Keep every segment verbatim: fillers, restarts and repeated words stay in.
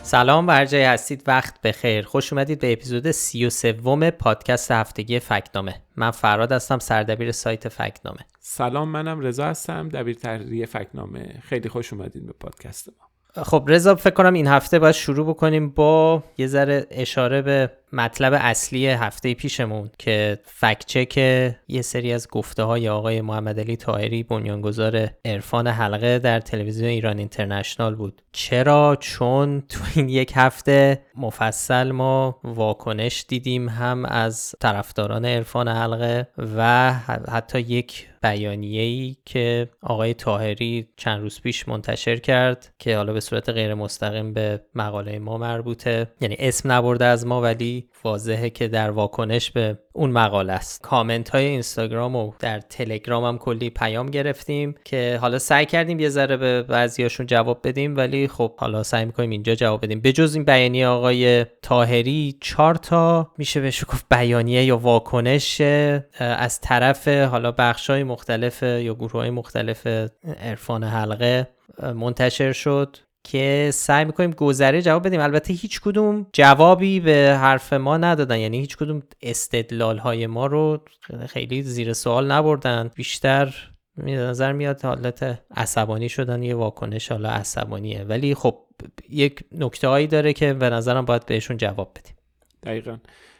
سلام، بر جای هستید، وقت بخیر. خوش اومدید به اپیزود سی و سوم پادکست هفتگی فکت‌نامه. من فراد هستم، سردبیر سایت فکت‌نامه. سلام، منم رضا هستم، دبیر تحریریه فکت‌نامه. خیلی خوش اومدید به پادکست ما. خب رضا، فکر کنم این هفته باید شروع بکنیم با یه ذره اشاره به مطلب اصلی هفته پیشمون که فکت چک یه سری از گفته های آقای محمدعلی طاهری، بنیانگذار عرفان حلقه در تلویزیون ایران اینترنشنال بود. چرا؟ چون تو این یک هفته مفصل ما واکنش دیدیم، هم از طرفداران عرفان حلقه و حتی یک بیانیه‌ای که آقای طاهری چند روز پیش منتشر کرد که حالا به صورت غیر مستقیم به مقاله ما مربوطه، یعنی اسم نبرده از ما ولی واضحه که در واکنش به اون مقاله است. کامنت های اینستاگرام و در تلگرام هم کلی پیام گرفتیم که حالا سعی کردیم یه ذره به بعضیاشون جواب بدیم، ولی خب حالا سعی میکنیم اینجا جواب بدیم. به جز این بیانیه آقای طاهری، چهار تا میشه بهش گفت بیانیه یا واکنش از طرف حالا بخشای مختلف یا گروه‌های مختلف عرفان حلقه منتشر شد که سعی میکنیم گذره جواب بدیم. البته هیچ کدوم جوابی به حرف ما ندادن، یعنی هیچ کدوم استدلال های ما رو خیلی زیر سوال نبردن، بیشتر به نظر میاد حالت عصبانی شدن، یه واکنش حالا عصبانیه، ولی خب یک نکته هایی داره که به نظرم باید بهشون جواب بدیم. دقیقاً.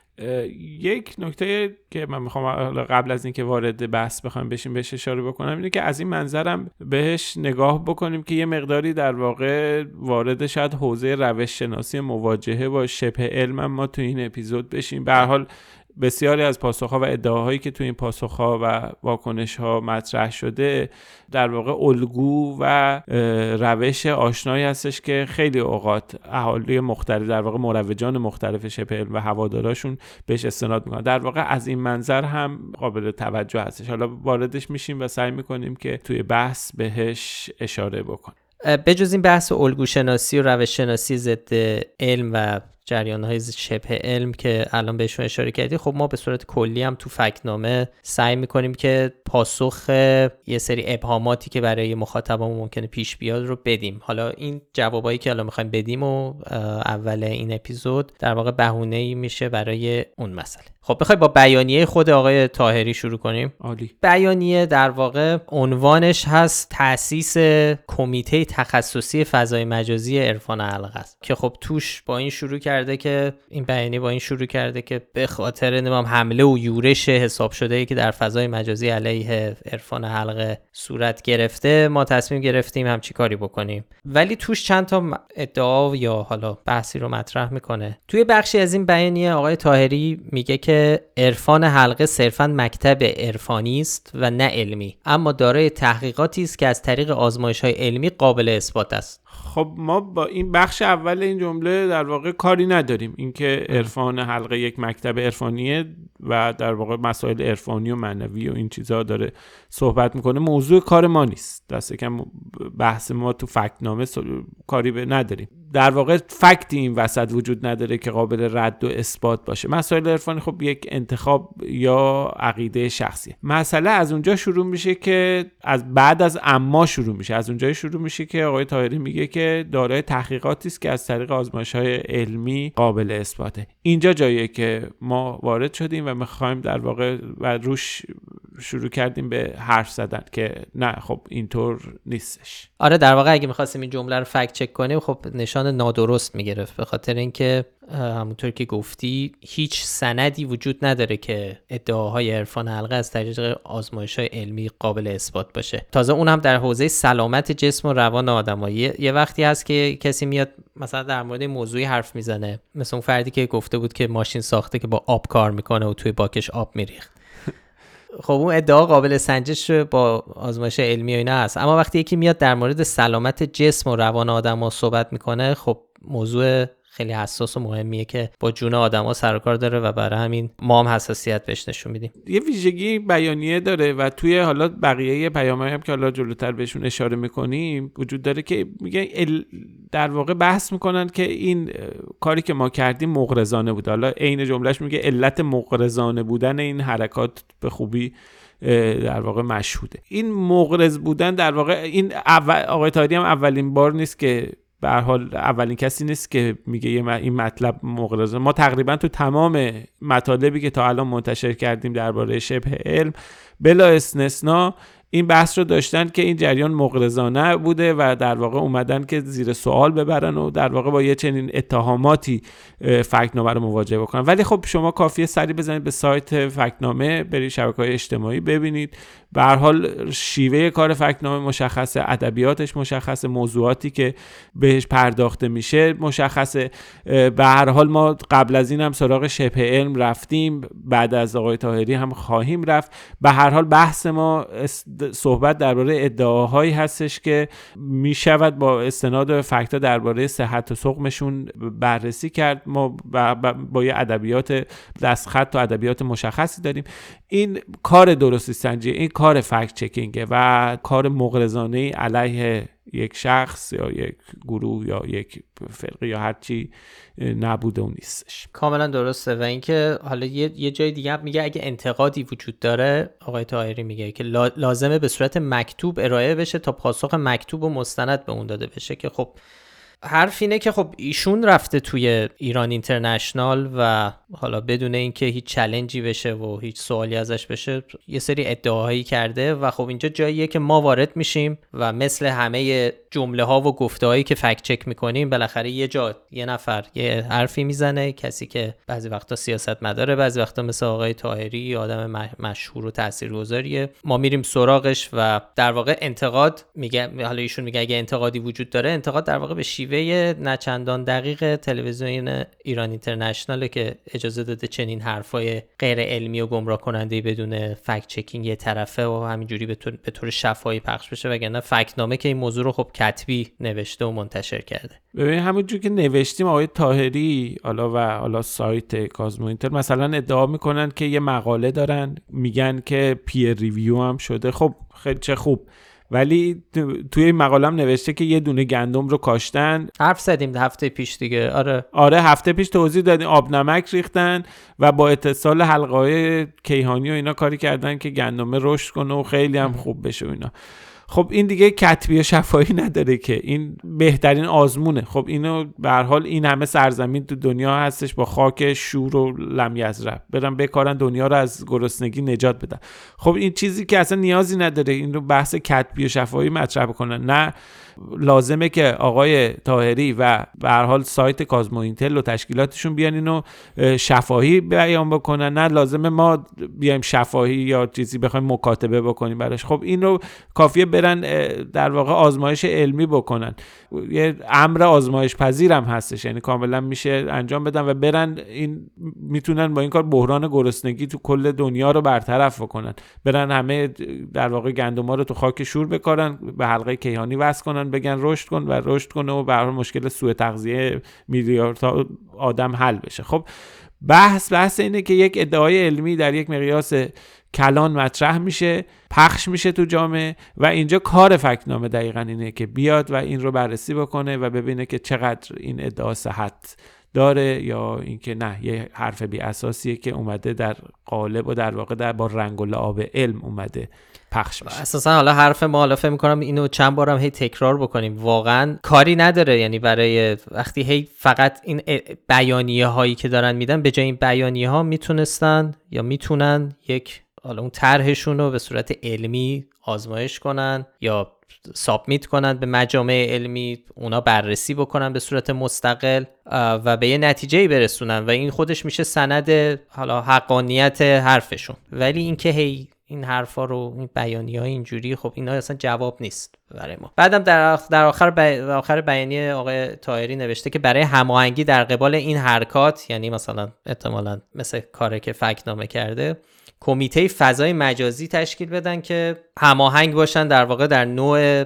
یک نکته که من میخوام قبل از اینکه وارد بحث بخوام بشیم بهش اشاره بکنم اینه که از این منظرم بهش نگاه بکنیم که یه مقداری در واقع وارد شاید حوزه روش شناسی مواجهه با شبه علم ما تو این اپیزود بشیم. به هر حال بسیاری از پاسخ‌ها و ادعاهایی که تو این پاسخ‌ها و واکنش‌ها مطرح شده در واقع الگو و روش آشنایی هستش که خیلی اوقات اهالی مختلف، در واقع مروجان مختلف شبه علم و هواداراشون بهش استناد میکنن. در واقع از این منظر هم قابل توجه هستش. حالا واردش میشیم و سعی میکنیم که توی بحث بهش اشاره بکنیم. به جز این بحث الگو شناسی و روش شناسی ضد علم و جریان‌های شبه علم که الان بهشون اشاره کردی، خب ما به صورت کلی هم تو فکت‌نامه سعی می‌کنیم که پاسخ یه سری ابهاماتی که برای مخاطبمون ممکنه پیش بیاد رو بدیم. حالا این جوابایی که الان می‌خوایم بدیم و اول این اپیزود در واقع بهونه‌ای میشه برای اون مسئله. خب بخوای با بیانیه خود آقای طاهری شروع کنیم. عالی. بیانیه در واقع عنوانش هست تأسیس کمیته تخصصی فضای مجازی عرفان حلقه است که خب توش با این شروع کرده که این بیانیه با این شروع کرده که به خاطر نمام حمله و یورش حساب شده‌ای که در فضای مجازی علیه عرفان حلقه صورت گرفته، ما تصمیم گرفتیم همچی کاری بکنیم. ولی توش چند تا ادعا یا حالا بحثی رو مطرح میکنه. توی بخشی از این بیانیه آقای طاهری میگه که عرفان حلقه صرفاً مکتب عرفانی است و نه علمی، اما دارای تحقیقاتی است که از طریق آزمایش‌های علمی قابل اثبات است. خب ما با این بخش اول این جمله در واقع کاری نداریم. اینکه عرفان حلقه یک مکتب عرفانیه و در واقع مسائل عرفانی و معنوی و این چیزها داره صحبت میکنه موضوع کار ما نیست. دست کم بحث ما تو فکت‌نامه کاری به نداریم. در واقع فکتی این وسط وجود نداره که قابل رد و اثبات باشه. مسائل عرفانی خب یک انتخاب یا عقیده شخصیه. مسئله از اونجا شروع میشه که از بعد از اما شروع میشه. از اونجا شروع میشه که آقای طاهری میگه که دارای تحقیقاتی است که از طریق آزمایش‌های علمی قابل اثباته. اینجا جاییه که ما وارد شدیم و میخوایم در واقع و روش شروع کردیم به حرف زدن که نه، خب اینطور نیستش. آره، در واقع اگه می‌خواستیم این جمله رو فکت چک کنیم خب نشان نادرست میگرفت، به خاطر اینکه همونطور که گفتی هیچ سندی وجود نداره که ادعاهای عرفان حلقه از طریق آزمایش‌های علمی قابل اثبات باشه. تازه اون هم در حوزه سلامت جسم و روان آدم‌ها. یه وقتی هست که کسی میاد مثلا در مورد موضوعی حرف میزنه، مثل اون فردی که گفته بود که ماشین ساخته که با آب کار میکنه و توی باکش آب میریخت. خب اون ادعا قابل سنجش با آزمایش علمی و اینا هست، اما وقتی یکی میاد در مورد سلامت جسم و روان آدم‌ها صحبت میکنه، خب موضوع خیلی حساس و مهمیه که با جون آدم‌ها سر و کار داره و برای همین ما هم حساسیت بهش نشون میدیم. یه ویژگی بیانیه داره و توی حالا بقیه پیام‌هایی هم که حالا جلوتر بهشون اشاره میکنیم وجود داره که میگه ال... در واقع بحث میکنن که این کاری که ما کردیم مغرضانه بود. حالا عین جملهش میگه علت مغرضانه بودن این حرکات به خوبی در واقع مشهوده. این مغرض بودن در واقع این اول... آقای طاهری هم اولین بار نیست که به هر حال اولین کسی نیست که میگه این مطلب مغرضانه. ما تقریبا تو تمام مطالبی که تا الان منتشر کردیم درباره شبه علم بلا استثنا این بحث رو داشتن که این جریان مغرضانه بوده و در واقع اومدن که زیر سوال ببرن و در واقع با یه چنین اتهاماتی فکت‌نامه رو مواجه بکنن. ولی خب شما کافیه سری بزنید به سایت فکت‌نامه، برید شبکه‌های اجتماعی ببینید، به هر حال شیوه کار فکت‌نامه مشخصه، ادبیاتش مشخصه، موضوعاتی که بهش پرداخته میشه مشخصه. به هر حال ما قبل از این هم سراغ شبه علم رفتیم، بعد از آقای طاهری هم خواهیم رفت. به هر حال بحث ما صحبت درباره ادعاهایی هستش که میشود با استناد به فکت‌ها درباره صحت و سقمشون بررسی کرد. ما با, با یه ادبیات دستخط و ادبیات مشخصی داریم. این کار درستی سنجی، این کار فکت چکینگه و کار مغرضانه علیه یک شخص یا یک گروه یا یک فرقه یا هر چی نبوده و نیستش. کاملا درسته. و اینکه حالا یه, یه جای دیگه هم میگه اگه انتقادی وجود داره، آقای طاهری میگه که لازمه به صورت مکتوب ارائه بشه تا پاسخ مکتوب و مستند به اون داده بشه. که خب حرف اینه که خب ایشون رفته توی ایران اینترنشنال و حالا بدون اینکه هیچ چالنجی بشه و هیچ سوالی ازش بشه یه سری ادعاهایی کرده و خب اینجا جاییه که ما وارد میشیم و مثل همه جمله ها و گفته هایی که فکت چک میکنیم بالاخره یه جا یه نفر یه حرفی میزنه، کسی که بعضی وقتا سیاست مداره، بعضی وقتا مثل آقای طاهری آدم مشهور و تاثیرگذاریه، ما میریم سراغش و در واقع انتقاد میگه، حالا ایشون میگه اگه انتقادی وجود داره، انتقاد در واقع به شیوه نچندان دقیق تلویزیون ایران اینترنشنال که اجازه داده چنین حرفای غیر علمی و گمراه کننده بدون فکت چکینگ یه طرفه و همینجوری به طور به طور شفاهی پخش بشه، وگرنه فکت نامه که این موضوع رو خب کتبی نوشته و منتشر کرده. ببین همونجوری که نوشتیم آقای طاهری حالا و حالا سایت کازمو اینتر مثلا ادعا میکنن که یه مقاله دارن میگن که پیر ریویو هم شده. خب خیلی چه خوب، ولی توی این مقاله هم نوشته که یه دونه گندم رو کاشتن. حرف زدیم هفته پیش دیگه. آره آره هفته پیش توضیح دادیم، آب نمک ریختن و با اتصال حلقه‌های کیهانی و اینا کاری کردن که گندم رشد کنه و خیلی هم خوب بشه و اینا. خب این دیگه کتبی و شفاهی نداره که، این بهترین آزمونه. خب اینو به هر حال این همه سرزمین تو دنیا هستش با خاک شور و لم یزرب، برن بکارن دنیا رو از گرسنگی نجات بدن. خب این چیزی که اصلا نیازی نداره این رو بحث کتبی و شفاهی مطرح بکنن. نه لازمه که آقای طاهری و به هر حال سایت کازمو اینتل و تشکیلاتشون بیان اینو شفاهی بیان بکنن، نه لازمه ما بیایم شفاهی یا چیزی بخوایم مکاتبه بکنیم براش. خب این رو کافیه برن در واقع آزمایش علمی بکنن، یه امر آزمایش پذیرم هستش، یعنی کاملا میشه انجام بدن و برن این میتونن با این کار بحران گرسنگی تو کل دنیا رو برطرف بکنن. برن همه در واقع گندما رو تو خاک شور بکارن، به حلقه کیهانی وصل کنن، بگن رشد کن و رشد کنه و به هر حال مشکل سوء تغذیه میلیاردها آدم حل بشه. خب بحث بحث اینه که یک ادعای علمی در یک مقیاس کلان مطرح میشه، پخش میشه تو جامعه و اینجا کار فکت‌نامه دقیقاً اینه که بیاد و این رو بررسی بکنه و ببینه که چقدر این ادعا صحت داره یا اینکه نه یه حرف بی اساسیه که اومده در قالب و در واقع در با رنگ و لعاب علم اومده پخش میشه. اساسا حالا حرف ما، حالا فکر می‌کنم اینو چند بارم هی تکرار بکنیم، واقعا کاری نداره. یعنی برای وقتی هی فقط این بیانیه هایی که دارن میدن، به جای این بیانیه ها میتونستن یا میتونن یک حالا اون طرحشون رو به صورت علمی آزمایش کنن یا سابمیت کنن به مجامع علمی، اونا بررسی بکنن به صورت مستقل و به یه نتیجه‌ای برسونن و این خودش میشه سند حالا حقانیت حرفشون. ولی اینکه هی این حرفا رو، این بیانیه‌های اینجوری، خب اینا اصلا جواب نیست برای ما. بعدم در در آخر بی... آخر بیانیه آقای طاهری نوشته که برای هماهنگی در قبال این حرکات، یعنی مثلا احتمالاً مثل کاری که فکت‌نامه کرده، کمیته فضای مجازی تشکیل بدن که هماهنگ باشن در واقع در نوع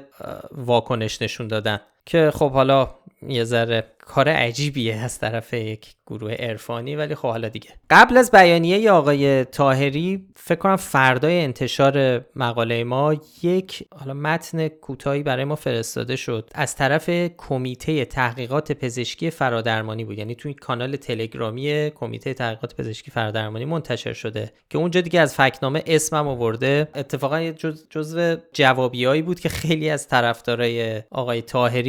واکنش نشون دادن. که خب حالا یه ذره کار عجیبیه از طرف یک گروه عرفانی، ولی خب حالا دیگه. قبل از بیانیه آقای طاهری فکر کنم فردای انتشار مقاله ما یک حالا متن کوتاهی برای ما فرستاده شد از طرف کمیته تحقیقات پزشکی فرادرمانی بود، یعنی توی کانال تلگرامی کمیته تحقیقات پزشکی فرادرمانی منتشر شده که اونجا دیگه از فکت‌نامه اسمم آورده. اتفاقا یه جز جزو جوابیایی بود که خیلی از طرفدارای آقای طاهری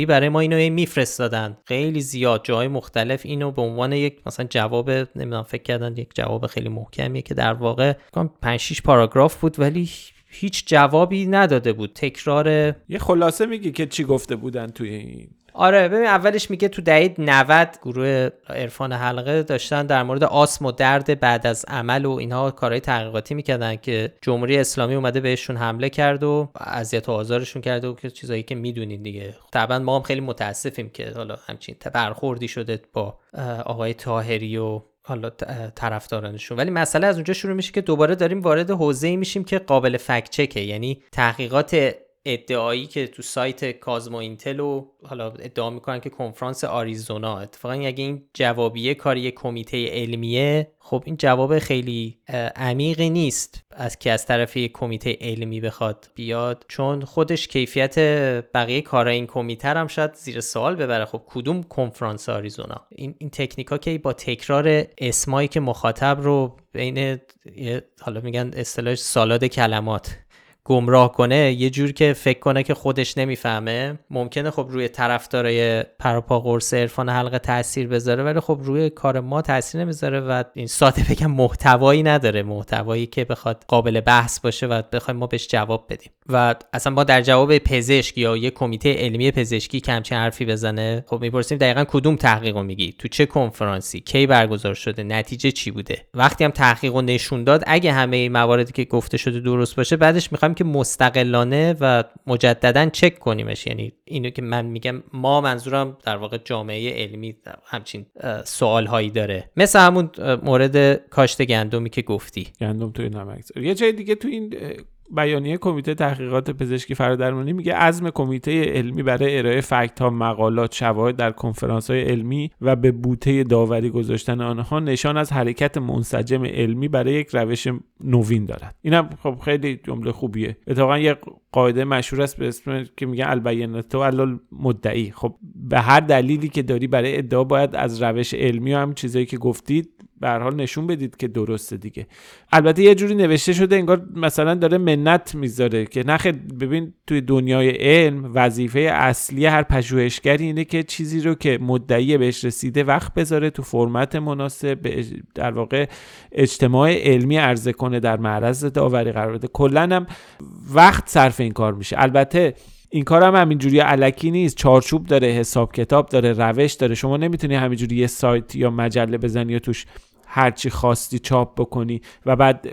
طاهری برای ما اینو میفرستادن خیلی زیاد جای مختلف، اینو به عنوان یک مثلا جواب نمیدونم فکر کردن یک جواب خیلی محکمیه که در واقع پنج شش پاراگراف بود ولی هیچ جوابی نداده بود، تکرار. یه خلاصه میگی که چی گفته بودن توی این؟ آره ببین اولش میگه تو دهه نود گروه عرفان حلقه داشتن در مورد آسم و درد بعد از عمل و اینها کارهای تحقیقاتی میکردن که جمهوری اسلامی اومده بهشون حمله کرد و اذیت و آزارشون کرد و که چیزایی که میدونین دیگه. طبعا ما هم خیلی متاسفیم که حالا همچین برخوردی شده با آقای طاهری و حالا طرفدارانشون، ولی مسئله از اونجا شروع میشه که دوباره داریم وارد حوزه‌ای میشیم که قابل فکت چکه، یعنی تحقیقات ادعایی که تو سایت کازمو اینتل و حالا ادعا میکنن که کنفرانس آریزونا، اتفاقا اگه این جوابیه کاری یک کمیته علمیه، خب این جواب خیلی عمیقی نیست از که از طرف یک کمیته علمی بخواد بیاد، چون خودش کیفیت بقیه کارهای این کمیته هم شاید زیر سوال ببره. خب کدوم کنفرانس آریزونا؟ این این تکنیکا که با تکرار اسمایی که مخاطب رو بین حالا میگن اصطلاح سالاد کلمات گمراه کنه، یه جور که فکر کنه که خودش نمیفهمه، ممکنه خب روی طرفدارای پروپا قرص عرفان حلقه تاثیر بذاره ولی خب روی کار ما تاثیر نمیذاره و این ساده بگم محتوایی نداره، محتوایی که بخواد قابل بحث باشه و بخوایم ما بهش جواب بدیم. و اصلا ما در جواب پزشک یا یه کمیته علمی پزشکی که همچین حرفی بزنه، خب میپرسیم دقیقاً کدوم تحقیقو میگی، تو چه کنفرانسی، کی برگزار شده، نتیجه چی بوده. وقتی هم تحقیقو نشون داد اگه همه این مواردی که گفته شده درست باشه، بعدش میخوایم که مستقلانه و مجددا چک کنیمش. یعنی اینو که من میگم ما، منظورم در واقع جامعه علمی همچین سوال هایی داره، مثل همون مورد کاشت گندمی که گفتی، گندم توی نمک. یه جای دیگه تو این بیانیه کمیته تحقیقات پزشکی فرادرمانی میگه عزم کمیته علمی برای ارائه فکت ها، مقالات، شواهد در کنفرانس های علمی و به بوته داوری گذاشتن آنها نشان از حرکت منسجم علمی برای یک روش نوین دارد. اینم خب خیلی جمله خوبیه. اتفاقا یه قاعده مشهور است به اسم که میگن البینة علی المدعی. خب به هر دلیلی که داری برای ادعا باید از روش علمی و هم چیزایی که گفتید به هر حال نشون بدید که درسته دیگه. البته یه جوری نوشته شده انگار مثلا داره منت میذاره که نخیر، ببین توی دنیای علم وظیفه اصلی هر پژوهشگری اینه که چیزی رو که مدعی بهش رسیده وقت بذاره تو فرمت مناسب، در واقع اجتماع علمی عرضه کنه، در معرض داوری قرار بده. کلاً هم وقت صرف این کار میشه. البته این کار هم همینجوری الکی نیست، چارچوب داره، حساب کتاب داره، روش داره. شما نمیتونی همینجوری یه سایت یا مجله بزنی و توش هرچی خواستی چاپ بکنی و بعد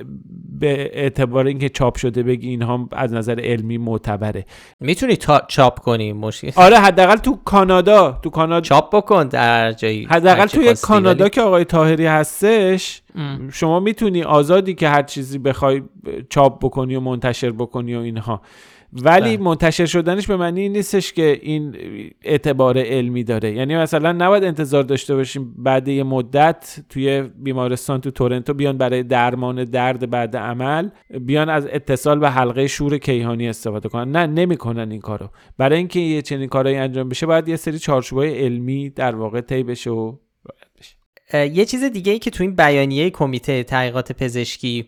به اعتبار اینکه چاپ شده بگی اینها از نظر علمی معتبره. میتونی تا چاپ کنی مشکل. آره حداقل تو کانادا، تو کانادا چاپ بکن در جایی، حداقل توی کانادا ولی... که آقای طاهری هستش ام. شما میتونی آزادی که هر چیزی بخوای چاپ بکنی و منتشر بکنی و اینها، ولی ده. منتشر شدنش به معنی نیستش که این اعتبار علمی داره. یعنی مثلا نباید انتظار داشته باشیم بعد یه مدت توی بیمارستان تو تورنتو بیان برای درمان درد بعد عمل بیان از اتصال به حلقه شور کیهانی استفاده کنن. نه، نمی‌کنن این کارو. برای اینکه یه چنین کارایی انجام بشه باید یه سری چارچوبای علمی در واقع طی بشه و بشه. یه چیز دیگه ای که تو این بیانیه کمیته تحقیقات پزشکی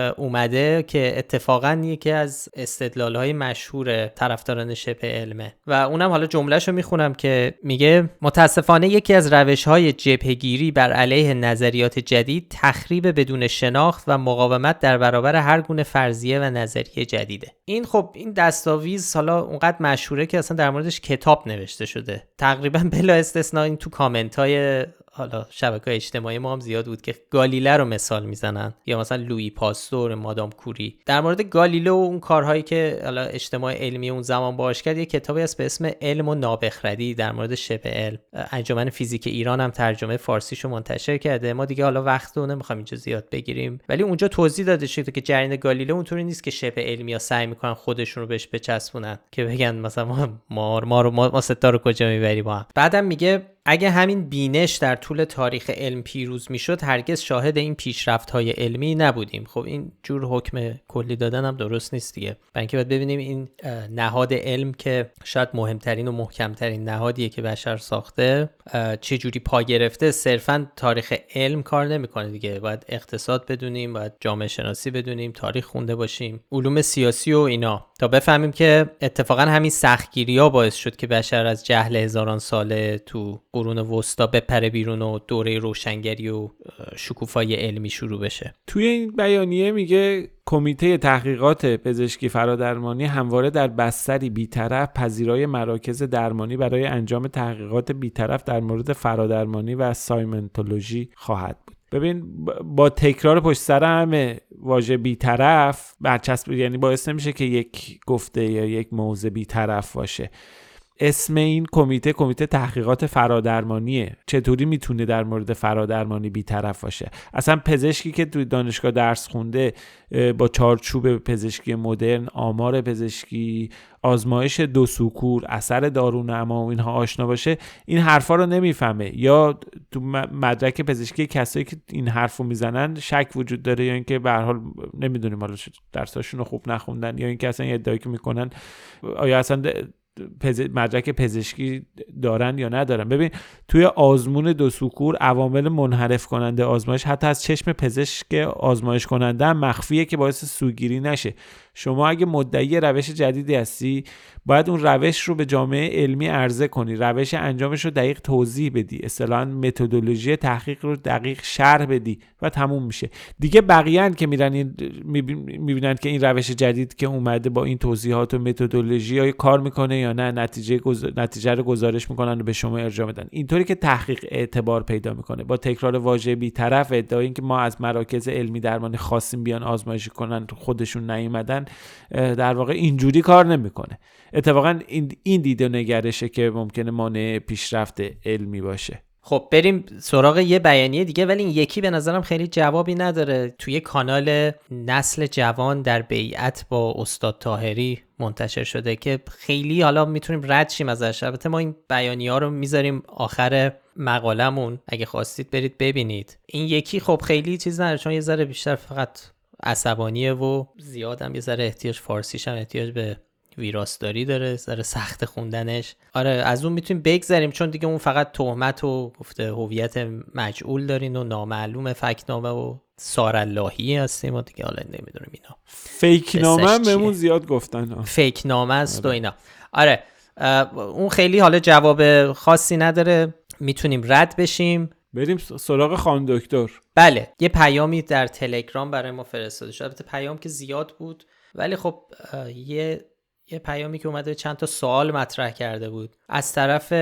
اومده که اتفاقا یکی از استدلال‌های مشهور طرفداران شبه علمه و اونم حالا جمله‌شو میخونم که میگه متاسفانه یکی از روش‌های جبهه‌گیری بر علیه نظریات جدید تخریب بدون شناخت و مقاومت در برابر هر گونه فرضیه و نظریه جدیده. این خب این دستاویز حالا اونقدر مشهوره که اصلا در موردش کتاب نوشته شده. تقریبا بلا استثنا این تو کامنت‌های حالا شبکه‌های اجتماعی ما هم زیاد بود که گالیله رو مثال میزنن یا مثلا لویی پاستور، مادام کوری. در مورد گالیله و اون کارهایی که حالا اجتماع علمی اون زمان باهاش کرد، یه کتابی هست به اسم علم و نابخردی در مورد شبه علم. انجمن فیزیک ایران هم ترجمه فارسیشو منتشر کرده. ما دیگه حالا وقت رو نمیخوایم اینجا زیاد بگیریم، ولی اونجا توضیح داده شده که جریان گالیله اونطوری نیست که شبه علمی‌ها سعی میکنن خودشون رو بهش بچسبونن که بگن مثلا ما ما ما رو ما ستا رو کجا میبری با هم. بعدم میگه اگه همین بینش در طول تاریخ علم پیروز میشد هرگز شاهد این پیشرفت‌های علمی نبودیم. خب این جور حکم کلی دادن هم درست نیست دیگه. برای اینکه باید ببینیم این نهاد علم که شاید مهمترین و محکمترین نهادیه که بشر ساخته چه جوری پا گرفته، صرفاً تاریخ علم کار نمیکنه دیگه. باید اقتصاد بدونیم، باید جامعه شناسی بدونیم، تاریخ خونده باشیم، علوم سیاسی و اینا. تا بفهمیم که اتفاقا همین سختگیری‌ها باعث شد که بشر از جهل هزاران ساله تو قرون وسطا بپره بیرون و دوره روشنگری و شکوفای علمی شروع بشه. توی این بیانیه میگه کمیته تحقیقات پزشکی فرادرمانی همواره در بستری بی‌طرف پذیرای مراکز درمانی برای انجام تحقیقات بی‌طرف در مورد فرادرمانی و سایمنتولوژی خواهد بود. ببین با تکرار پشت سر همه واژه بی‌طرف برچسب، یعنی باعث نمیشه که یک گفته یا یک موضع بی‌طرف باشه. اسم این کمیته کمیته تحقیقات فرادرمانیه. چطوری میتونه در مورد فرادرمانی بی‌طرف باشه؟ اصلا پزشکی که توی دانشگاه درس خونده، با چارچوب پزشکی مدرن، آمار پزشکی، آزمایش دو سوکور، اثر دارونما و اینها آشنا باشه، این حرفا رو نمیفهمه. یا تو مدرک پزشکی کسایی که این حرفو میزنن شک وجود داره، یا اینکه به هر حال نمیدونیم حالا درساشون رو خوب نخوندن، یا اینکه اصلا ادعایی که میکنن آیا اصلا پز... مدرک پزشکی دارن یا ندارن. ببین توی آزمون دو سوکور عوامل منحرف کننده آزمایش حتی از چشم پزشک آزمایش کننده هم مخفیه که باعث سوگیری نشه. شما اگه مدعی روش جدیدی هستی باید اون روش رو به جامعه علمی عرضه کنی، روش انجامش رو دقیق توضیح بدی، اصطلاحاً متدولوژی تحقیق رو دقیق شرح بدی و تموم میشه دیگه. بقیه‌ان که میرن این میبینن که این روش جدید که اومده با این توضیحات و متدولوژی های کار میکنه یا نه، نتیجه گز... نتیجه رو گزارش میکنن و به شما ارجاع میدن. اینطوری که تحقیق اعتبار پیدا میکنه. با تکرار واژه بی‌طرف، ادعای اینکه ما از مراکز علمی درمانی خواستیم بیان آزمایش کنن خودشون نیومدن، در واقع اینجوری کار نمیکنه. اتفاقا این این دید و نگرشه که ممکنه مانع پیشرفت علمی باشه. خب بریم سراغ یه بیانیه دیگه، ولی این یکی به نظرم خیلی جوابی نداره. توی کانال نسل جوان در بیعت با استاد طاهری منتشر شده که خیلی حالا میتونیم رد شیم ازش. البته ما این بیانیه ها رو میذاریم آخر مقالمون، اگه خواستید برید ببینید. این یکی خب خیلی چیز نداره چون یه ذره بیشتر فقط عصبانیه و زیادم یه ذره احتیاج، فارسیش هم احتیاج به ویراستاری داره، ذره سخت خوندنش. آره از اون میتونیم بگذریم چون دیگه اون فقط تهمت و گفته هویت مجعول دارین و نامعلوم فکنامه و ساراللهی هستیم و دیگه حالا نمیدونم اینا. فیک نامه هم بهمون زیاد گفتن ها. فیک نامه است و اینا. آره اون خیلی حالا جواب خاصی نداره، میتونیم رد بشیم. بریم سراغ خان دکتر. بله یه پیامی در تلگرام برای ما فرستاده شد. البته پیام که زیاد بود ولی خب یه یه پیامی که اومده چند تا سوال مطرح کرده بود از طرف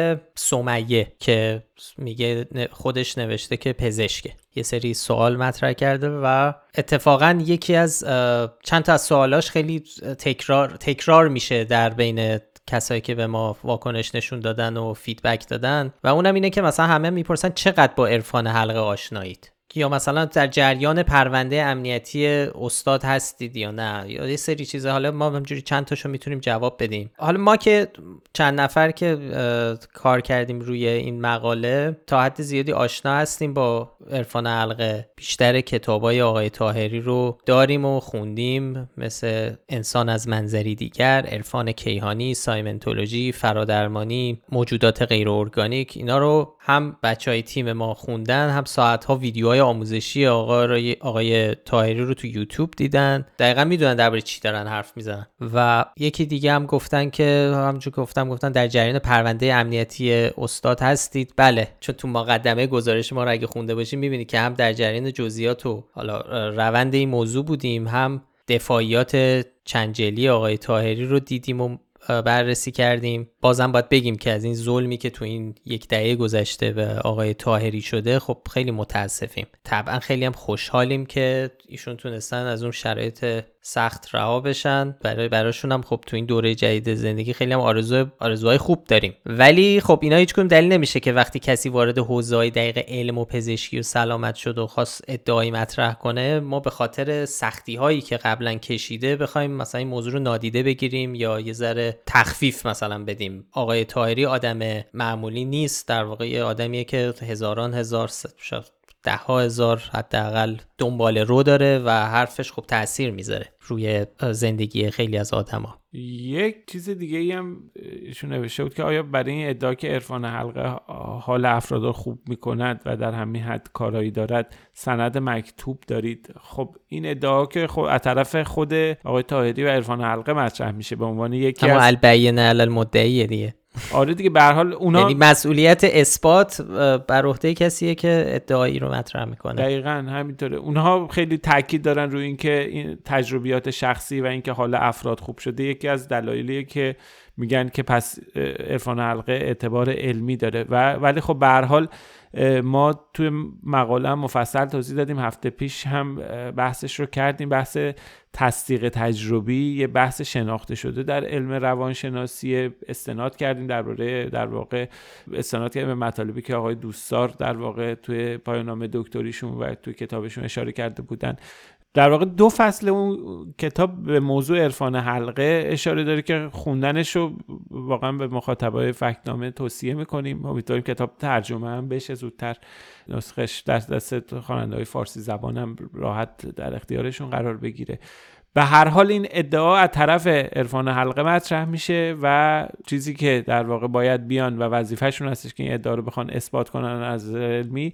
سمیه که میگه خودش نوشته که پزشکه. یه سری سوال مطرح کرده و اتفاقا یکی از چند تا از سوالاش خیلی تکرار تکرار میشه در بین کسایی که به ما واکنش نشون دادن و فیدبک دادن و اونم اینه که مثلا همه میپرسن چقدر با عرفان حلقه آشنایید، یا مثلا در جریان پرونده امنیتی استاد هستید یا نه، یا یه سری چیزا. حالا ما همینجوری چند تاشو میتونیم جواب بدیم. حالا ما که چند نفر که کار کردیم روی این مقاله تا حد زیادی آشنا هستیم با عرفان حلقه. بیشتر کتابای آقای طاهری رو داریم و خوندیم، مثل انسان از منظری دیگر، عرفان کیهانی، سایمنتولوژی، فرادرمانی، موجودات غیر ارگانیک. اینا رو هم بچهای تیم ما خوندن، هم ساعت‌ها ویدیوهای آموزشی آقای آقای طاهری رو تو یوتیوب دیدن، دقیقاً میدونن درباره چی دارن حرف میزنن. و یکی دیگه هم گفتن که همونجوری گفتم گفتن در جریان پرونده امنیتی استاد هستید. بله چون تو مقدمه گزارش ما رو اگه خونده باشیم میبینید که هم در جریان جزئیات و حالا روند این موضوع بودیم، هم دفاعیات چندجلی آقای طاهری رو دیدیم و بررسی کردیم. بازم باید بگیم که از این ظلمی که تو این یک دهه گذشته به آقای طاهری شده خب خیلی متاسفیم. طبعا خیلی هم خوشحالیم که ایشون تونستن از اون شرایط سخت رها بشن. برای براشون هم خب تو این دوره جدید زندگی خیلی هم آرزو آرزوهای خوب داریم. ولی خب اینا هیچ کدوم دلیل نمیشه که وقتی کسی وارد حوزه‌های دقیق علم و پزشکی و سلامت شد و خواست ادعایی مطرح کنه، ما به خاطر سختی‌هایی که قبلا کشیده بخوایم مثلا این موضوع رو نادیده بگیریم یا یه ذره تخفیف مثلا بدیم. آقای طاهری آدم معمولی نیست، در واقع آدمیه که هزاران هزار ده ها هزار حداقل دنبال رو داره و حرفش خب تأثیر میذاره روی زندگی خیلی از آدما. یک چیز دیگه ای هم ایشون نوشته بود که آیا برای این ادعا که عرفان حلقه حال افراد رو خوب میکند و در همین حد کارایی دارد سند مکتوب دارید؟ خب این ادعا که خب از طرف خود آقای طاهری و عرفان حلقه مطرح میشه به عنوان یکی اما از البینه علی المدعی دیگه. آره دیگه به هر حال اونها یعنی مسئولیت اثبات بر عهده کسیه که ادعایی رو مطرح میکنه. دقیقاً همینطوره. اونها خیلی تاکید دارن روی اینکه این تجربیات شخصی و اینکه حال افراد خوب شده یکی از دلایلیه که میگن که پس عرفان حلقه اعتبار علمی داره و ولی خب به هر حال ما توی مقاله مفصل توضیح دادیم، هفته پیش هم بحثش رو کردیم، بحث تصدیق تجربی یه بحث شناخته شده در علم روانشناسی، استناد کردیم درباره در واقع استناد کردیم به مطالبی که آقای دوستار در واقع توی پایان نامه دکتریشون و توی کتابشون اشاره کرده بودن. در واقع دو فصل اون کتاب به موضوع عرفان حلقه اشاره داره که خوندنش رو واقعا به مخاطبای فکت‌نامه توصیه میکنیم. امیدواریم کتاب ترجمه هم بشه زودتر، نسخش در دست خواننده‌های فارسی زبان هم راحت در اختیارشون قرار بگیره. به هر حال این ادعا از طرف عرفان حلقه مطرح میشه و چیزی که در واقع باید بیان و وظیفه‌شون هستش که این ادعا رو بخوان اثبات کنن از علمی،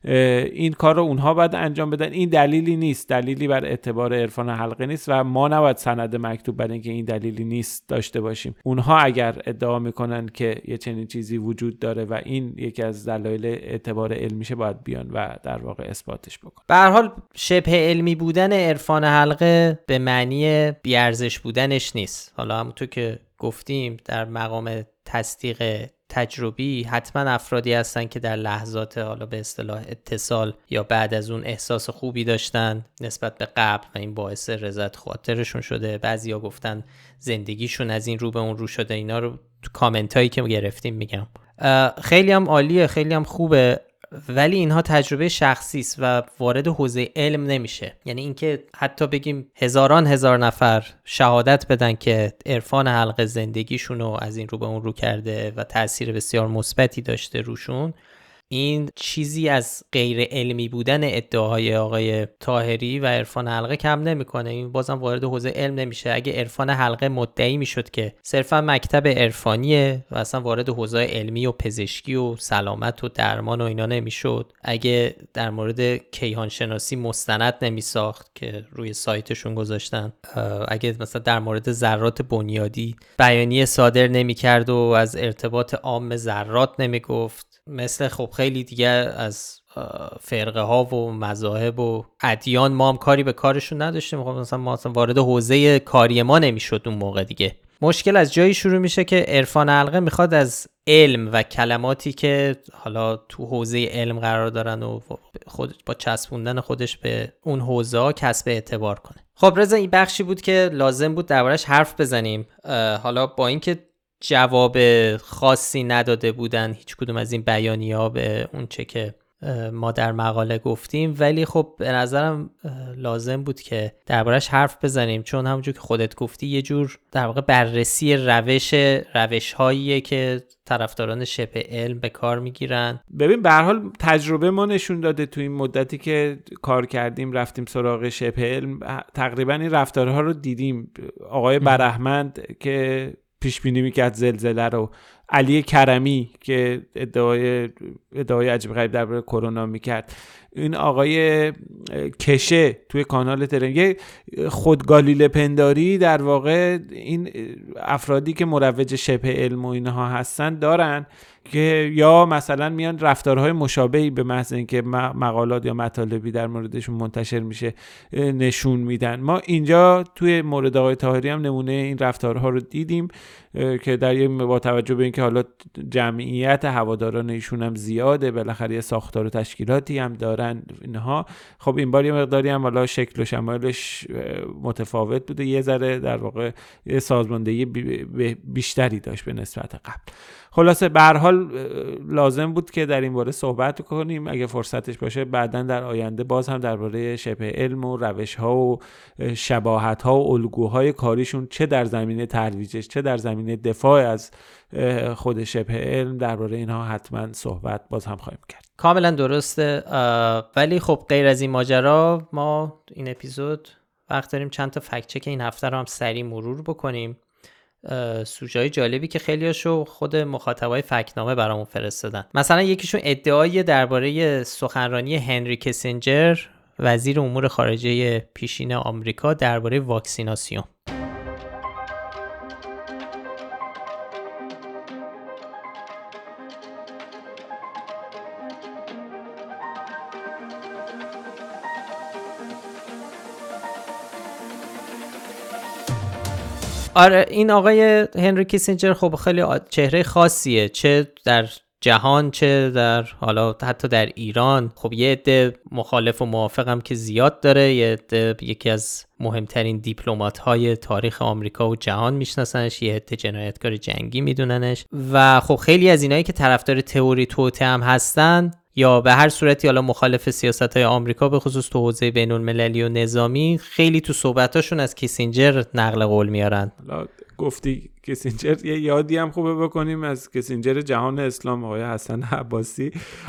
این کار رو اونها باید انجام بدن. این دلیلی نیست، دلیلی بر اعتبار عرفان حلقه نیست و ما نباید سند مکتوب برای اینکه این دلیلی نیست داشته باشیم. اونها اگر ادعا میکنن که یه چنین چیزی وجود داره و این یکی از دلایل اعتبار علمیشه، باید بیان و در واقع اثباتش بکنن. به هر حال شبه علمی بودن عرفان حلقه به معنی بیارزش بودنش نیست. حالا همونطور که گفتیم در مقام تصدیق تجربی حتما افرادی هستن که در لحظات حالا به اصطلاح اتصال یا بعد از اون احساس خوبی داشتن نسبت به قبل و این باعث رضایت خاطرشون شده. بعضیا گفتن زندگیشون از این رو به اون رو شده. اینا رو تو کامنت هایی که گرفتیم میگم. خیلی هم عالیه، خیلی هم خوبه، ولی اینها تجربه شخصی است و وارد حوزه علم نمیشه. یعنی اینکه حتی بگیم هزاران هزار نفر شهادت بدن که عرفان حلقه زندگیشون رو از این رو به اون رو کرده و تأثیر بسیار مثبتی داشته روشون، این چیزی از غیر علمی بودن ادعاهای آقای طاهری و عرفان حلقه کم نمیکنه. این بازم وارد حوزه علم نمیشه. اگه عرفان حلقه مدعی میشد که صرفا مکتب عرفانیه و اصلا وارد حوزه علمی و پزشکی و سلامت و درمان و اینا نمیشد، اگه در مورد کیهان شناسی مستند نمیساخت که روی سایتشون گذاشتن، اگه مثلا در مورد ذرات بنیادی بیانیه صادر نمیکرد و از ارتباط عام ذرات نمیگفت، مثل خب خیلی دیگه از فرقه ها و مذاهب و ادیان ما هم کاری به کارشون نداشتیم. خب مثلا ما اصلا وارد حوزه کاری ما نمیشد اون موقع دیگه. مشکل از جایی شروع میشه که عرفان حلقه میخواد از علم و کلماتی که حالا تو حوزه علم قرار دارن و خود با چسبوندن خودش به اون حوزه ها کسب اعتبار کنه. خب رضا، این بخشی بود که لازم بود دربارش حرف بزنیم. حالا با اینکه جواب خاصی نداده بودن هیچ کدوم از این بیانیه‌ها به اون چه که ما در مقاله گفتیم، ولی خب به نظرم لازم بود که دربارش حرف بزنیم، چون همونجور که خودت گفتی یه جور در واقع بررسی روش روش‌هاییه که طرفداران شبه علم به کار میگیرن. ببین به هر حال تجربه ما نشون داده تو این مدتی که کار کردیم رفتیم سراغ شبه علم، تقریبا این رفتارها رو دیدیم. آقای برهمند که پیش بینی میکرد زلزله رو، علی کرمی که ادعای ادعای عجیب غریب درباره کرونا میکرد، این آقای کشه توی کانال تلگرام، خودگالیله پنداری در واقع این افرادی که مروج شبه علم و اینها هستن دارن که یا مثلا میان رفتارهای مشابهی به محض اینکه مقالات یا مطالبی در موردشون منتشر میشه نشون میدن. ما اینجا توی مورد آقای طاهری هم نمونه این رفتارها رو دیدیم که در یه با توجه به اینکه حالا جمعیت هواداران ایشون هم زیاده، بالاخره ساختار و تشکیلاتی هم دارن اینها، خب این بار یه مقداری هم حالا شکل و شمایلش متفاوت بوده، یه ذره در واقع یه سازماندهی بیشتری داشت به نسبت قبل. خلاصه به هر حال لازم بود که در این باره صحبت کنیم، اگه فرصتش باشه بعداً در آینده باز هم درباره شبه علم و روش‌ها و شباهت‌ها و الگوهای کاریشون چه در زمینه ترویجش چه در زمینه دفاع از خود شبه علم درباره اینها حتما صحبت باز هم خواهیم کرد. کاملا درسته. ولی خب غیر از این ماجرا ما این اپیزود وقت داریم چند تا فکت چک این هفته رو هم سریع مرور بکنیم. سوژه‌های جالبی که خیلیاشو خود مخاطبای فکت‌نامه برامون فرستادن. مثلا یکیشون ادعای درباره سخنرانی هنری کیسینجر وزیر امور خارجه پیشین آمریکا درباره واکسیناسیون. آره این آقای هنری کیسینجر خب خیلی چهره خاصیه، چه در جهان چه در حالا حتی در ایران. خب یه عده مخالف و موافقم که زیاد داره، یه عده یکی از مهمترین دیپلمات‌های تاریخ آمریکا و جهان میشناسنش، یه عده جنایتکار جنگی میدوننش و خب خیلی از اینایی که طرفدار تئوری توطئه هم هستن یا به هر صورتی حالا مخالف سیاست‌های آمریکا به خصوص تو حوزه بین‌المللی و نظامی، خیلی تو صحبتاشون از کیسینجر نقل قول میارن. حالا گفتی کیسینجر، یه یادی هم خوبه بکنیم از کیسینجر جهان اسلام آقای حسن عباسی.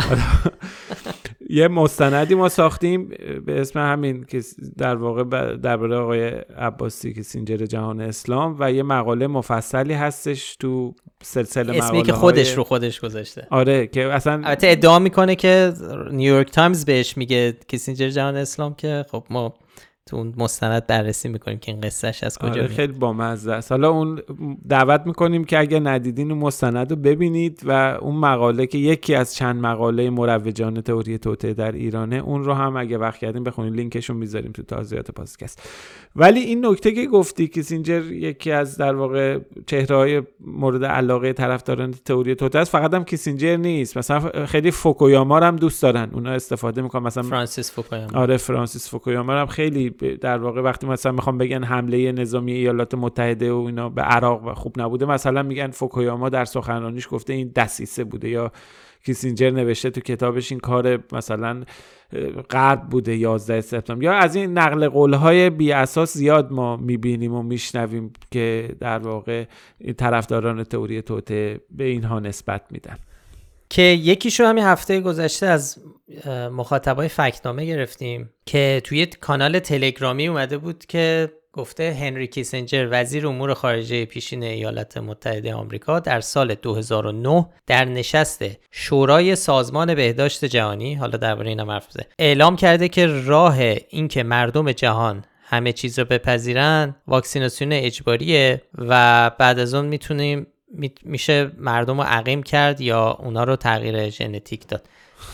یه مستندی ما ساختیم به اسم همین که در واقع درباره آقای عباسی کیسینجر جهان اسلام و یه مقاله مفصلی هستش تو سلسله مقاله اسمی که خودش رو خودش گذاشته. آره که اصلا البته ادعا میکنه که نیویورک تایمز بهش میگه کیسینجر جهان اسلام، که خب ما تو اون مستند بررسی میکنیم که این قصهش از کجا آره میاد. خیلی بامزه است. حالا اون دعوت میکنیم که اگه ندیدین اون مستند رو ببینید و اون مقاله که یکی از چند مقاله مروجان تئوری توطئه در ایرانه، اون رو هم اگه وقت کردین بخونید، لینکش رو میذاریم تو توضیحات پادکست. ولی این نکته که گفتی کیسینجر یکی از در واقع چهره‌های مورد علاقه طرفداران تئوری توطئه است، فقط هم کیسینجر نیست، مثلا خیلی فوکویاما هم دوست دارن، اونا استفاده میکنن، مثلا فرانسیس فوکویاما. آره فرانسیس فوکویاما هم خیلی در واقع وقتی مثلا میخوام بگن حمله نظامی ایالات متحده و اینا به عراق و خوب نبوده، مثلا میگن فوکویاما در سخنرانیش گفته این دسیسه بوده، یا کیسینجر نوشته تو کتابش این کار مثلا غرب بوده یازده سپتامبر، یا از این نقل قول‌های بی اساس زیاد ما میبینیم و میشنویم که در واقع طرفداران تئوری توطئه به اینها نسبت میدن. که یکیشو همین هفته گذشته از مخاطبای فکت‌نامه گرفتیم که توی کانال تلگرامی اومده بود که گفته هنری کیسینجر وزیر امور خارجه پیشین ایالات متحده آمریکا در سال دو هزار و نه در نشست شورای سازمان بهداشت جهانی، حالا درباره اینم حرف زده، اعلام کرده که راه این که مردم جهان همه چیز رو بپذیرن واکسیناسیون اجباریه و بعد از اون میتونیم میشه مردم رو عقیم کرد یا اونا رو تغییر ژنتیک داد.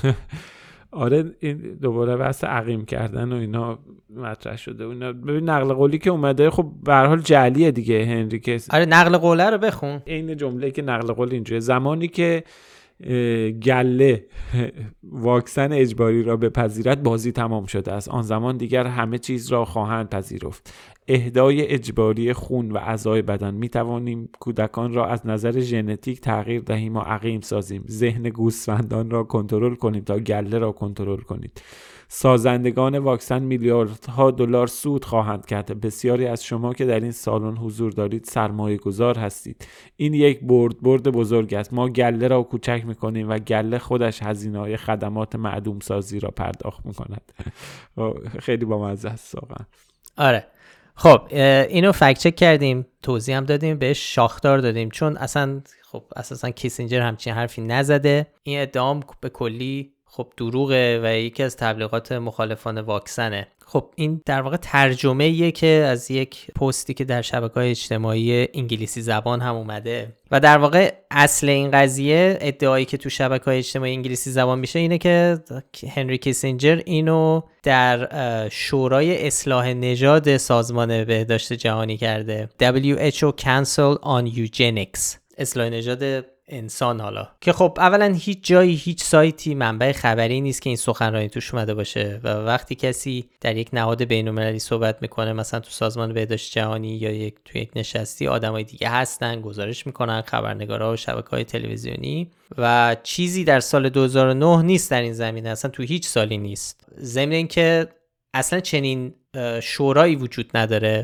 آره این دوباره بحث عقیم کردن و اینا مطرح شده. اینا ببین نقل قولی که اومده خب به هر حال جعلیه دیگه. هنری که آره نقل قوله رو بخون. این جمله که نقل قول اینجوریه: زمانی که گله واکسن اجباری را بپذیرد بازی تمام شده است، آن زمان دیگر همه چیز را خواهند پذیرفت. اهدای اجباری خون و اعضای بدن می توانیم کودکان را از نظر ژنتیک تغییر دهیم و عقیم سازیم. ذهن گوسفندان را کنترل کنیم تا گله را کنترل کنید. سازندگان واکسن میلیاردها دلار سود خواهند کرد. بسیاری از شما که در این سالن حضور دارید سرمایه گذار هستید. این یک برد برد بزرگ است. ما گله را کوچک میکنیم و گله خودش هزینه‌های خدمات معدوم سازی را پرداخت میکند. خیلی بامزه است واقعا. آره خب اینو فکت چک کردیم، توضیح هم دادیم، بهش شاخدار دادیم، چون اصلا خب اساسا کیسینجر همچین حرفی نزده. این ادعام به کلی خب دروغه و یکی از تبلیغات مخالفان واکسنه. خب این در واقع ترجمه ایه که از یک پستی که در شبکه‌های اجتماعی انگلیسی زبان هم اومده و در واقع اصل این قضیه، ادعایی که تو شبکه‌های اجتماعی انگلیسی زبان میشه اینه که هنری کیسینجر اینو در شورای اصلاح نژاد سازمان بهداشت جهانی کرده. دبلیو اچ او Council on Eugenics، اصلاح نژاد انسان. حالا که خب اولا هیچ جایی هیچ سایتی منبع خبری نیست که این سخنرانی توش اومده باشه و وقتی کسی در یک نهاد بین‌المللی صحبت میکنه، مثلا تو سازمان بهداشت جهانی یا یک تو یک نشستی، آدمای دیگه هستن گزارش میکنن، خبرنگارا و شبکه‌های تلویزیونی، و چیزی در سال دو هزار و نه نیست در این زمینه، اصلا تو هیچ سالی نیست. ضمن اینکه اصلا چنین شورایی وجود نداره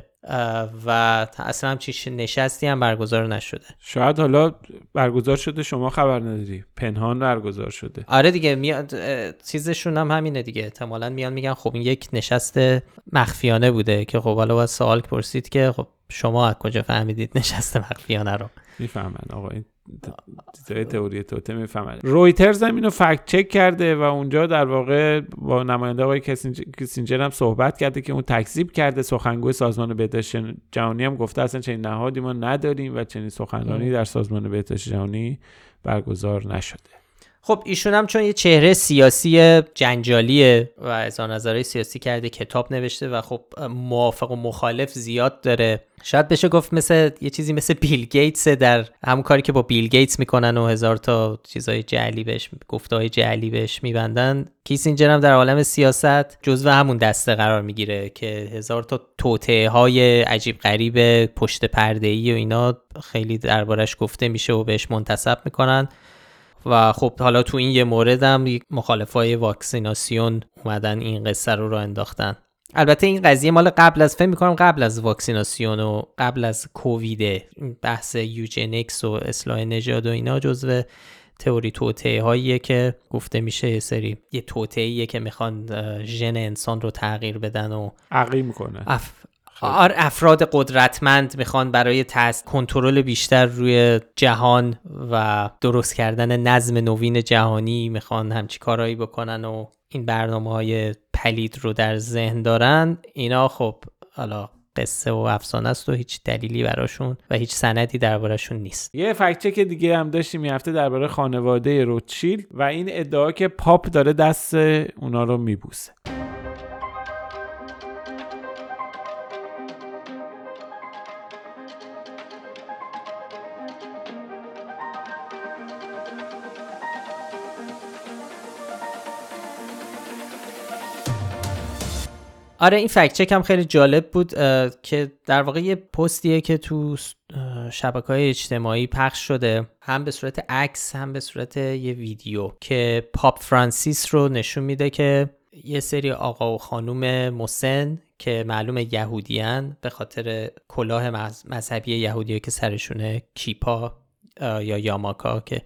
و اصلا همچین نشستی هم برگزار نشده. شاید حالا برگزار شده شما خبر نداری، پنهان برگزار شده. آره دیگه، میاد چیزشون هم همینه دیگه، احتمالاً میان میگن خب این یک نشست مخفیانه بوده، که خب حالا باید سوال پرسید که خب شما از کجا فهمیدید نشست مخفیانه رو؟ میفهمن آقا، این چیزای تئوری توته میفهمن. رویترز هم اینو فکت چک کرده و اونجا در واقع با نماینده آقای کیسینجر هم صحبت کرده که اون تکذیب کرده. سخنگوی سازمان بهداشت جهانی هم گفته اصلا چنین نهادی ما نداریم و چنین سخنرانی در سازمان بهداشت جهانی برگزار نشده. خب ایشون هم چون یه چهره سیاسی جنجالیه و اظهار نظرهای سیاسی کرده، کتاب نوشته و خب موافق و مخالف زیاد داره، شاید بشه گفت مثل یه چیزی مثل بیل گیتس، در همون کاری که با بیل گیتس میکنن و هزار تا چیزای جعلی بهش، گفته‌های جعلی بهش میبندن. کیسینجر هم در عالم سیاست جزو همون دسته قرار میگیره که هزار تا توطئه‌های عجیب غریب پشت پرده‌ای و اینا خیلی دربارش گفته میشه و بهش منتسب میکنن. و خب حالا تو این یه مورد هم مخالفای واکسیناسیون اومدن این قصه رو رو انداختن. البته این قضیه مال قبل از، فهم میکنم قبل از واکسیناسیون و قبل از کوویده، بحث یوجنیکس و اصلاح نژاد و اینا جزو تئوری توطئه هاییه که گفته میشه یه سری یه توطئه‌ایه که میخوان ژن انسان رو تغییر بدن و عقیم میکنن. اف... آر افراد قدرتمند میخوان برای تست کنترل بیشتر روی جهان و درست کردن نظم نوین جهانی میخوان همچی کارهایی بکنن و این برنامه‌های پلید رو در ذهن دارن. اینا خب حالا قصه و افسانه است و هیچ دلیلی براشون و هیچ سندی دربارشون نیست. یه فکت چک دیگه هم داشتیم این هفته درباره خانواده روتشیلد و این ادعا که پاپ داره دست اونا رو میبوسه. آره این فکت چک هم خیلی جالب بود که در واقع یه پستیه که تو شبکه‌های اجتماعی پخش شده، هم به صورت عکس هم به صورت یه ویدیو، که پاپ فرانسیس رو نشون میده که یه سری آقا و خانوم مسن که معلومه یهودیان به خاطر کلاه مذهبی یهودیه که سرشونه، کیپا یا یاماکا، که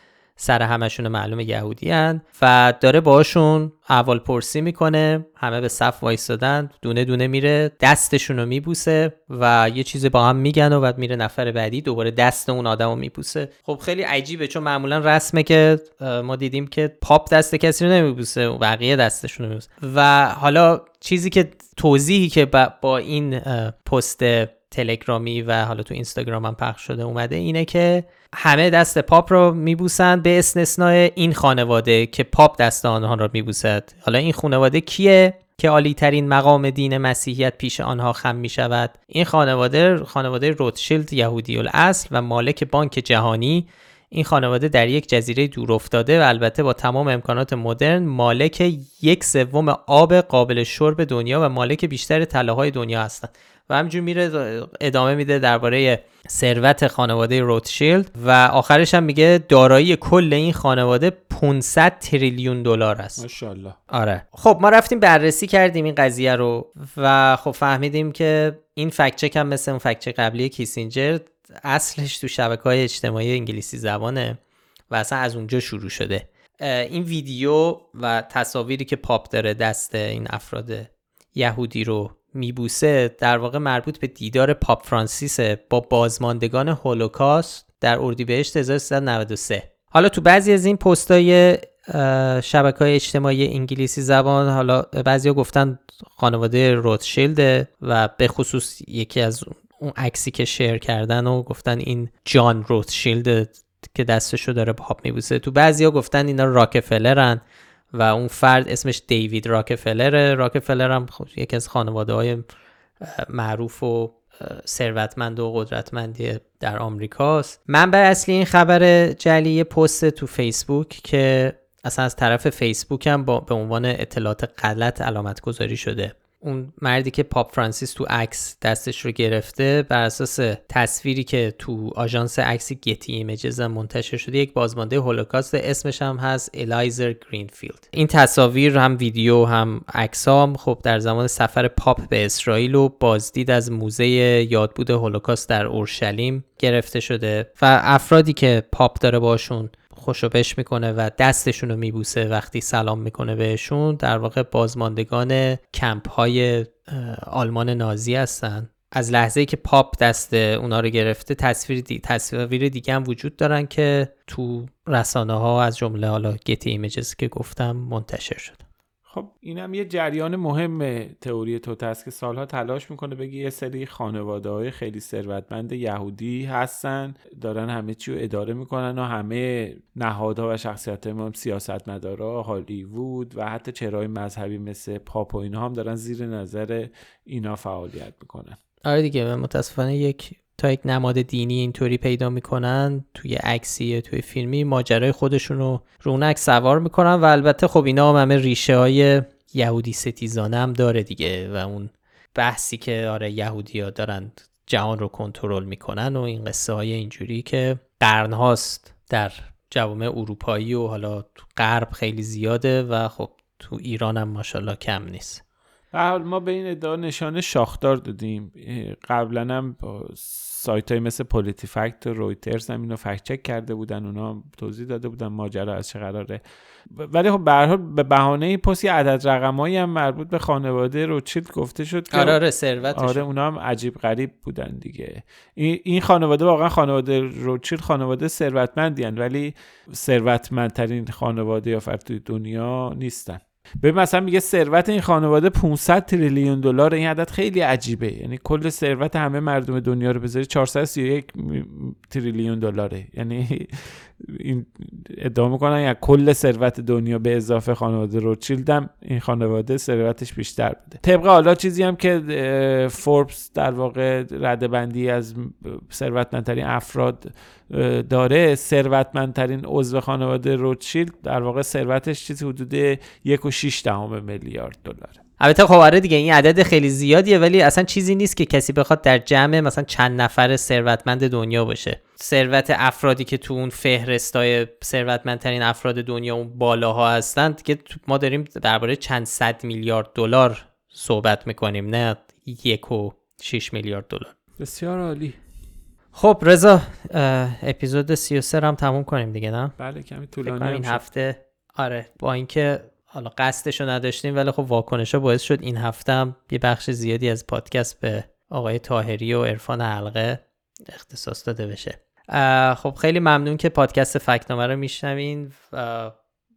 سر همشون معلومه یهودیان، و داره باهاشون احوال پرسی میکنه. همه به صف وایسادن، دونه دونه میره دستشون رو میبوسه و یه چیزی با هم میگن و بعد میره نفر بعدی دوباره دست اون آدم رو میبوسه. خب خیلی عجیبه چون معمولا رسمه که ما دیدیم که پاپ دست کسی رو نمیبوسه و بقیه دستشون رو میبوسه. و حالا چیزی که توضیحی که با این پست تلگرامی و حالا تو اینستاگرام هم پخش شده اومده اینه که همه دست پاپ رو میبوسن به استثناء این خانواده که پاپ دست آنها رو میبوسد. حالا این خانواده کیه که عالی ترین مقام دین مسیحیت پیش آنها خم میشود؟ این خانواده خانواده روتشیلد یهودی الاصل و مالک بانک جهانی. این خانواده در یک جزیره دور افتاده و البته با تمام امکانات مدرن مالک یک سوم آب قابل شرب دنیا و مالک بیشتر طلاهای دنیا هستند. و همینجور میره ادامه میده درباره ثروت خانواده روتشیلد و آخرش هم میگه دارایی کل این خانواده پانصد تریلیون دلار است. ماشاءالله. آره. خب ما رفتیم بررسی کردیم این قضیه رو و خب فهمیدیم که این فکت چک هم مثل اون فکت چک قبلی کیسینجر اصلش تو شبکه‌های اجتماعی انگلیسی زبانه و اصلا از اونجا شروع شده. این ویدیو و تصاویری که پاپ داره دست این افراد یهودی رو میبوسه در واقع مربوط به دیدار پاپ فرانسیس با بازماندگان هولوکاست در اردیبهشت هزار و سیصد و نود و سه. حالا تو بعضی از این پست‌های شبکه‌های اجتماعی انگلیسی زبان، حالا بعضیا گفتن خانواده روتشیلد و به خصوص یکی از اون عکسی که شیر کردن و گفتن این جان روتشیلد که دستشو داره پاپ میبوسه. تو بعضیا گفتن اینا راکفلرن و اون فرد اسمش دیوید راکفلره. راکفلر هم یکی از خانواده‌های معروف و ثروتمند و قدرتمندی در آمریکاست. منبع اصلی این خبر جعلی یه پست تو فیسبوک که اصلا از طرف فیسبوک هم با به عنوان اطلاعات غلط علامت گذاری شده. اون مردی که پاپ فرانسیس تو عکس دستش رو گرفته بر اساس تصویری که تو آژانس عکس گتی ایمیجز منتشر شده یک بازمانده هولوکاست، اسمش هم هست الایزر گرینفیلد. این تصاویر هم ویدیو هم عکسام خب در زمان سفر پاپ به اسرائیل و بازدید از موزه یادبود هولوکاست در اورشلیم گرفته شده و افرادی که پاپ داره باشون خوشو بش میکنه و دستشون رو میبوسه وقتی سلام میکنه بهشون، در واقع بازماندگان کمپ های آلمان نازی هستن. از لحظه‌ای که پاپ دست اونا رو گرفته تصویر دی... تصویر دیگه هم وجود دارن که تو رسانه ها از جمله حالا گتی ایمیجز که گفتم منتشر شد. خب اینم یه جریان مهم تئوری توته است که سالها تلاش میکنه بگه یه سری خانواده‌های خیلی ثروتمند یهودی هستن، دارن همه چی رو اداره میکنن و همه نهادها و شخصیت‌های مهم، سیاستمدارا، هالیوود و حتی چهره‌های مذهبی مثل پاپ و اینا هم دارن زیر نظر اینا فعالیت میکنن. آره دیگه، متاسفانه یک تا یک نماد دینی اینطوری پیدا میکنن توی عکسی توی فیلمی، ماجرای خودشون رو رو اون عکس سوار میکنن و البته خب اینا هم همه ریشه های یهودی ستیزانه هم داره دیگه و اون بحثی که آره یهودی ها دارن جهان رو کنترل میکنن و این قصه های اینجوری که قرن هاست در جوامع اروپایی و حالا تو غرب خیلی زیاده و خب تو ایران هم ماشاءالله کم نیست. به حال ما به این ادعا نشانه شاخدار دادیم. قبلا هم سایت های مثل پولیتی فکت و رویترز هم اینو فکت چک کرده بودن، اونا توضیح داده بودن ماجرا از چه قراره. ولی خب به هر حال به بهانه پست یه عدد رقمایی هم مربوط به خانواده روتشیلد گفته شد که آره آره ثروتش آره اونا هم عجیب غریب بودن دیگه. این خانواده واقعا خانواده روتشیلد خانواده ثروتمندی ان، ولی ثروتمندترین خانواده یا فرد توی دنیا نیستن. به مثلا میگه ثروت این خانواده پانصد تریلیون دلار. این عدد خیلی عجیبه، یعنی کل ثروت همه مردم دنیا رو بذاری چهارصد و سی و یک تریلیون دلاره. یعنی این ادعا میکنن یا کل ثروت دنیا به اضافه خانواده روتشیلد هم این خانواده ثروتش بیشتر بوده. طبق حالا چیزی هم که فوربس در واقع رده‌بندی از ثروتمندترین افراد داره، ثروتمندترین عضو خانواده روتشیلد در واقع ثروتش چیزی حدود یک و شش دهم میلیارد دلار. البته خب آره دیگه این عدد خیلی زیادیه، ولی اصلا چیزی نیست که کسی بخواد در جمع مثلا چند نفر ثروتمند دنیا باشه. ثروت افرادی که تو اون فهرستای ثروتمندترین افراد دنیا اون بالاها هستن که ما داریم درباره چند صد میلیارد دلار صحبت میکنیم، نه یک و شش میلیارد دلار. بسیار عالی. خب رضا، اپیزود سی و سه هم تموم کنیم دیگه نه؟ بله کمی طولانی این هفته. آره با اینکه حالا قصدشو نداشتیم ولی خب واکنشا باعث شد این هفته هم یه بخش زیادی از پادکست به آقای طاهری و عرفان حلقه اختصاص داده بشه. خب خیلی ممنون که پادکست فکت‌نامه رو میشنوین و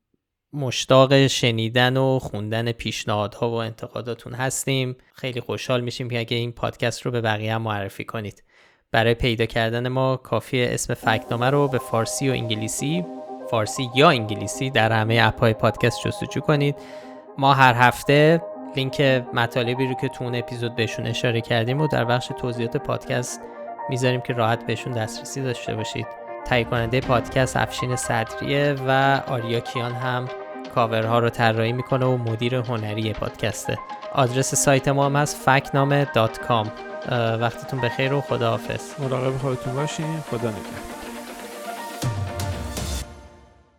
مشتاق شنیدن و خوندن پیشنهادها و انتقاداتون هستیم. خیلی خوشحال میشیم که اگه این پادکست رو به بقیه هم معرفی کنید. برای پیدا کردن ما کافیه اسم فکت‌نامه رو به فارسی و انگلیسی، فارسی یا انگلیسی در همه اپ‌های پادکست جستجو کنید. ما هر هفته لینک مطالبی رو که تو اون اپیزود بهشون اشاره کردیم و در بخش توضیحات پادکست میذاریم که راحت بهشون دسترسی داشته باشید. تهیه کننده پادکست افشین صدریه و آریا کیان هم کاورها رو طراحی میکنه و مدیر هنری پادکسته. آدرس سایت ما هم هست فکتنامه دات کام. وقتتون بخیر و خداحافظ. مراقب خودتون باشین. خدا نگهدار.